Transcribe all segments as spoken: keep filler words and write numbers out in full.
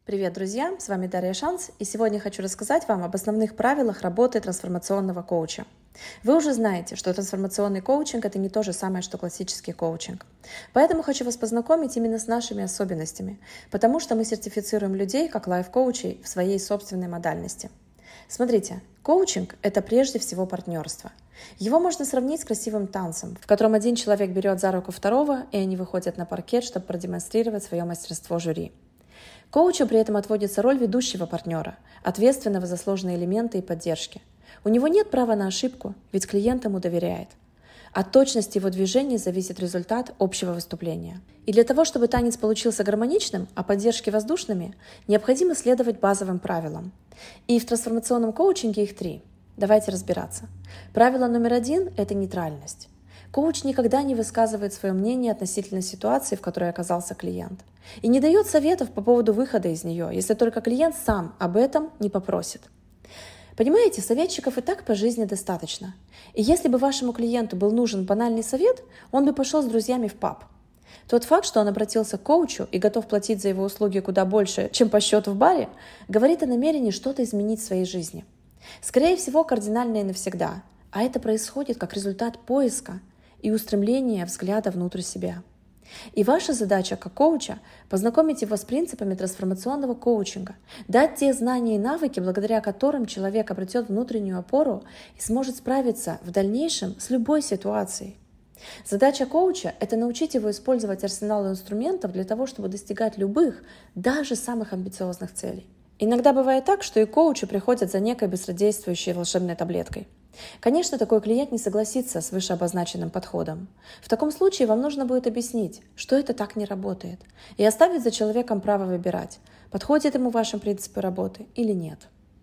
Привет, друзья! С вами Дарья Шанс, и сегодня хочу рассказать вам об основных правилах работы трансформационного коуча. Вы уже знаете, что трансформационный коучинг – это не то же самое, что классический коучинг. Поэтому хочу вас познакомить именно с нашими особенностями, потому что мы сертифицируем людей как лайф-коучей в своей собственной модальности. Смотрите, коучинг – это прежде всего партнерство. Его можно сравнить с красивым танцем, в котором один человек берет за руку второго, и они выходят на паркет, чтобы продемонстрировать свое мастерство жюри. Коучу при этом отводится роль ведущего партнера, ответственного за сложные элементы и поддержки. У него нет права на ошибку, ведь клиент ему доверяет. От точности его движений зависит результат общего выступления. И для того, чтобы танец получился гармоничным, а поддержки воздушными, необходимо следовать базовым правилам. И в трансформационном коучинге их три. Давайте разбираться. Правило номер один – это нейтральность. Коуч никогда не высказывает свое мнение относительно ситуации, в которой оказался клиент. И не дает советов по поводу выхода из нее, если только клиент сам об этом не попросит. Понимаете, советчиков и так по жизни достаточно. И если бы вашему клиенту был нужен банальный совет, он бы пошел с друзьями в паб. Тот факт, что он обратился к коучу и готов платить за его услуги куда больше, чем по счету в баре, говорит о намерении что-то изменить в своей жизни. Скорее всего, кардинально и навсегда. А это происходит как результат поиска и устремления взгляда внутрь себя. И ваша задача как коуча – познакомить его с принципами трансформационного коучинга, дать те знания и навыки, благодаря которым человек обретет внутреннюю опору и сможет справиться в дальнейшем с любой ситуацией. Задача коуча – это научить его использовать арсенал инструментов для того, чтобы достигать любых, даже самых амбициозных целей. Иногда бывает так, что и коучи приходят за некой быстродействующей волшебной таблеткой. Конечно, такой клиент не согласится с вышеобозначенным подходом. В таком случае вам нужно будет объяснить, что это так не работает, и оставить за человеком право выбирать, подходит ему вашим принципы работы или нет.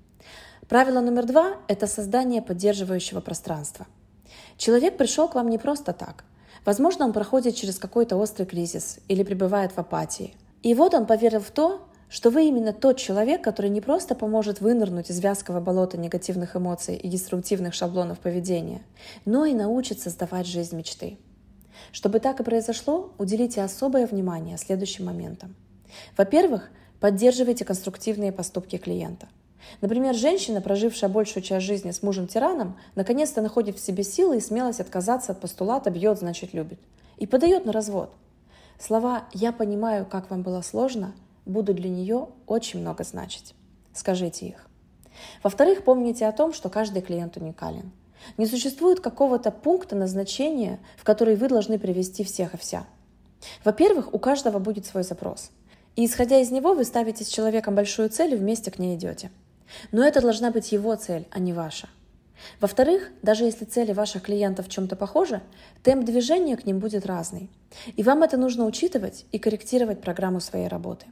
Правило номер два – это создание поддерживающего пространства. Человек пришел к вам не просто так. Возможно, он проходит через какой-то острый кризис или пребывает в апатии. И вот он поверил в то, что вы именно тот человек, который не просто поможет вынырнуть из вязкого болота негативных эмоций и деструктивных шаблонов поведения, но и научит создавать жизнь мечты. Чтобы так и произошло, уделите особое внимание следующим моментам. Во-первых, поддерживайте конструктивные поступки клиента. Например, женщина, прожившая большую часть жизни с мужем-тираном, наконец-то находит в себе силы и смелость отказаться от постулата «бьет, значит любит» и подает на развод. Слова «я понимаю, как вам было сложно» будут для нее очень много значить. Скажите их. Во-вторых, помните о том, что каждый клиент уникален. Не существует какого-то пункта назначения, в который вы должны привести всех и вся. Во-первых, у каждого будет свой запрос. И исходя из него, вы ставите с человеком большую цель и вместе к ней идете. Но это должна быть его цель, а не ваша. Во-вторых, даже если цели ваших клиентов в чем-то похожи, темп движения к ним будет разный. И вам это нужно учитывать и корректировать программу своей работы.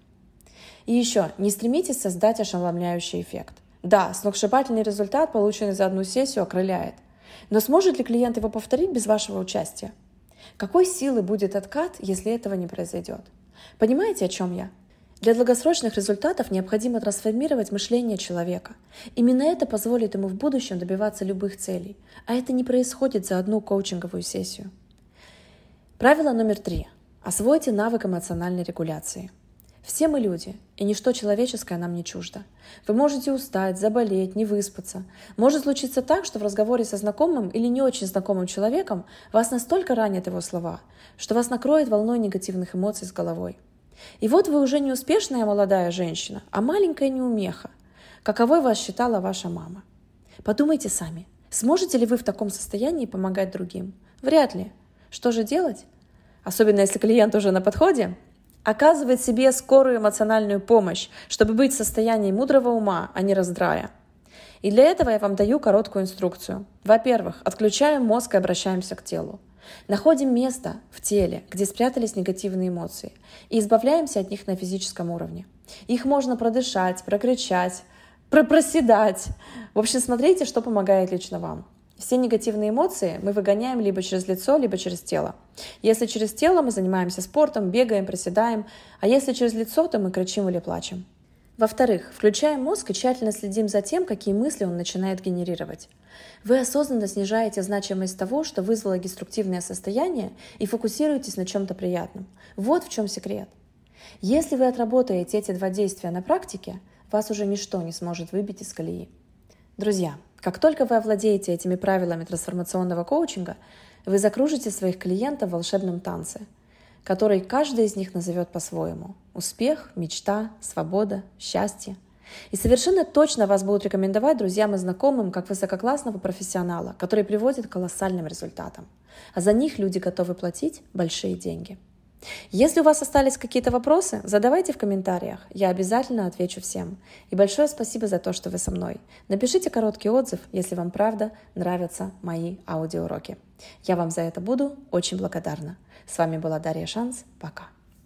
И еще, не стремитесь создать ошеломляющий эффект. Да, сногсшибательный результат, полученный за одну сессию, окрыляет. Но сможет ли клиент его повторить без вашего участия? Какой силы будет откат, если этого не произойдет? Понимаете, о чем я? Для долгосрочных результатов необходимо трансформировать мышление человека. Именно это позволит ему в будущем добиваться любых целей. А это не происходит за одну коучинговую сессию. Правило номер три. Освойте навык эмоциональной регуляции. Все мы люди, и ничто человеческое нам не чуждо. Вы можете устать, заболеть, не выспаться. Может случиться так, что в разговоре со знакомым или не очень знакомым человеком вас настолько ранят его слова, что вас накроет волной негативных эмоций с головой. И вот вы уже не успешная молодая женщина, а маленькая неумеха, каковой вас считала ваша мама. Подумайте сами, сможете ли вы в таком состоянии помогать другим? Вряд ли. Что же делать? Особенно если клиент уже на подходе. Оказывать себе скорую эмоциональную помощь, чтобы быть в состоянии мудрого ума, а не раздрая. И для этого я вам даю короткую инструкцию. Во-первых, отключаем мозг и обращаемся к телу. Находим место в теле, где спрятались негативные эмоции, и избавляемся от них на физическом уровне. Их можно продышать, прокричать, пропроседать. В общем, смотрите, что помогает лично вам. Все негативные эмоции мы выгоняем либо через лицо, либо через тело. Если через тело, мы занимаемся спортом, бегаем, приседаем, а если через лицо, то мы кричим или плачем. Во-вторых, включаем мозг и тщательно следим за тем, какие мысли он начинает генерировать. Вы осознанно снижаете значимость того, что вызвало деструктивное состояние, и фокусируетесь на чем-то приятном. Вот в чем секрет. Если вы отработаете эти два действия на практике, вас уже ничто не сможет выбить из колеи. Друзья, как только вы овладеете этими правилами трансформационного коучинга, вы закружите своих клиентов в волшебном танце, который каждый из них назовет по-своему. Успех, мечта, свобода, счастье. И совершенно точно вас будут рекомендовать друзьям и знакомым как высококлассного профессионала, который приводит к колоссальным результатам. А за них люди готовы платить большие деньги. Если у вас остались какие-то вопросы, задавайте в комментариях, я обязательно отвечу всем. И большое спасибо за то, что вы со мной. Напишите короткий отзыв, если вам правда нравятся мои аудиоуроки. Я вам за это буду очень благодарна. С вами была Дарья Шанс. Пока.